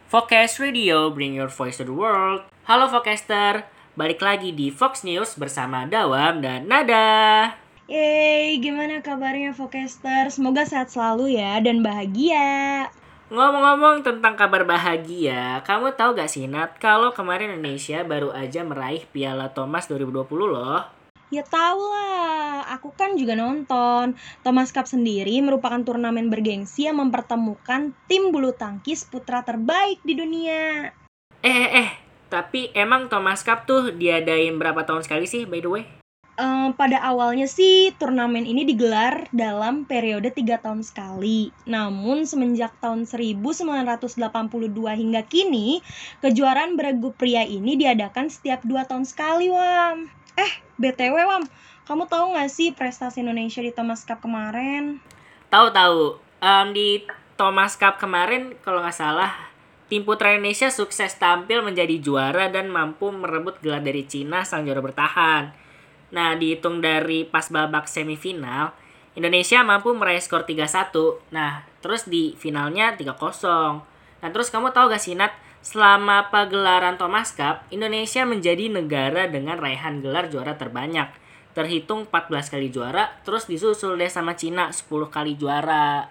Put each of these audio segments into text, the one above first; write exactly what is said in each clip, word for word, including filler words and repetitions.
Focus Radio, bring your voice to the world. Halo Focaster, balik lagi di Fox News bersama Dawam dan Nada. Yeay, gimana kabarnya Focaster? Semoga sehat selalu ya dan bahagia. Ngomong-ngomong tentang kabar bahagia, kamu tahu gak sih Nat, kalau kemarin Indonesia baru aja meraih Piala Thomas dua ribu dua puluh loh. Ya tau lah, aku kan juga nonton. Thomas Cup sendiri merupakan turnamen bergengsi yang mempertemukan tim bulu tangkis putra terbaik di dunia. Eh, eh, eh, tapi emang Thomas Cup tuh diadain berapa tahun sekali sih by the way? Uh, pada awalnya sih turnamen ini digelar dalam periode tiga tahun sekali. Namun semenjak tahun seribu sembilan ratus delapan puluh dua hingga kini, kejuaraan beregu pria ini diadakan setiap dua tahun sekali, Wam. Eh, B T W Wam, kamu tahu gak sih prestasi Indonesia di Thomas Cup kemarin? Tahu-tahu, um, di Thomas Cup kemarin kalau nggak salah, tim putra Indonesia sukses tampil menjadi juara dan mampu merebut gelar dari Cina sang juara bertahan. Nah, dihitung dari pas babak semifinal, Indonesia mampu meraih skor tiga satu. Nah, terus di finalnya tiga kosong. Nah, terus kamu tahu gak sih Nat, selama pagelaran Thomas Cup, Indonesia menjadi negara dengan raihan gelar juara terbanyak. Terhitung empat belas kali juara, terus disusul deh sama Cina sepuluh kali juara.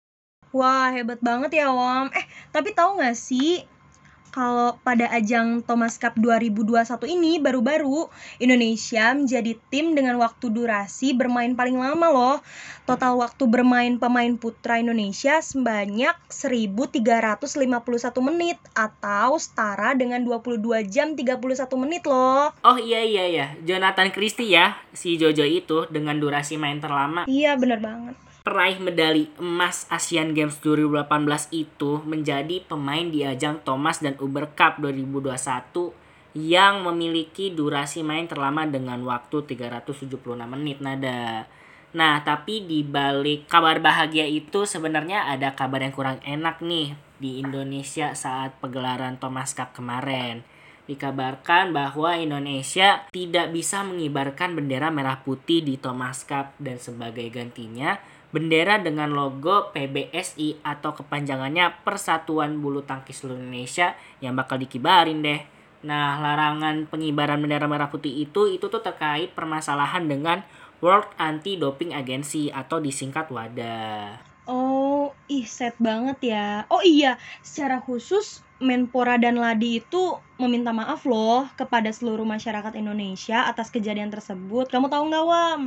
Wah, hebat banget ya, Wam. Eh, tapi tahu gak sih, kalau pada ajang Thomas Cup dua ribu dua puluh satu ini baru-baru, Indonesia menjadi tim dengan waktu durasi bermain paling lama loh. Total waktu bermain pemain putra Indonesia sebanyak seribu tiga ratus lima puluh satu menit atau setara dengan dua puluh dua jam tiga puluh satu menit loh. Oh iya iya ya, Jonathan Christie ya, si Jojo itu dengan durasi main terlama. Iya, benar banget. Peraih medali emas Asian Games dua ribu delapan belas itu menjadi pemain di ajang Thomas dan Uber Cup dua ribu dua puluh satu yang memiliki durasi main terlama dengan waktu tiga ratus tujuh puluh enam menit Nada. Nah, tapi di balik kabar bahagia itu sebenarnya ada kabar yang kurang enak nih di Indonesia saat pegelaran Thomas Cup kemarin. Dikabarkan bahwa Indonesia tidak bisa mengibarkan bendera merah putih di Thomas Cup dan sebagai gantinya bendera dengan logo P B S I atau kepanjangannya Persatuan Bulu Tangkis Seluruh Indonesia yang bakal dikibarin deh. Nah, larangan pengibaran bendera merah putih itu itu tuh terkait permasalahan dengan World Anti-Doping Agency atau disingkat WADA. Oh, ih sad banget ya. Oh iya, secara khusus Menpora dan Ladi itu meminta maaf loh kepada seluruh masyarakat Indonesia atas kejadian tersebut. Kamu tahu nggak, Wam?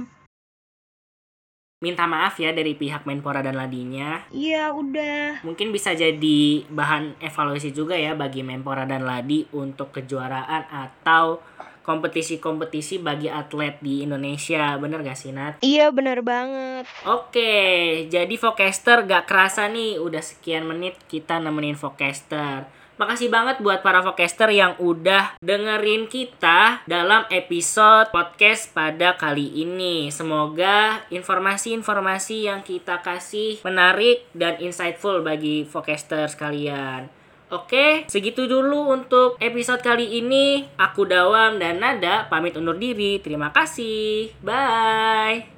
Minta maaf ya dari pihak Menpora dan Ladinya. Iya, udah. Mungkin bisa jadi bahan evaluasi juga ya bagi Menpora dan Ladi untuk kejuaraan atau kompetisi-kompetisi bagi atlet di Indonesia. Bener gak sih, Nat? Iya, bener banget. Oke, jadi Focaster gak kerasa nih udah sekian menit kita nemenin Focaster. Makasih banget buat para Focaster yang udah dengerin kita dalam episode podcast pada kali ini. Semoga informasi-informasi yang kita kasih menarik dan insightful bagi Focaster sekalian. Oke, segitu dulu untuk episode kali ini. Aku Dawam dan Nada pamit undur diri. Terima kasih. Bye.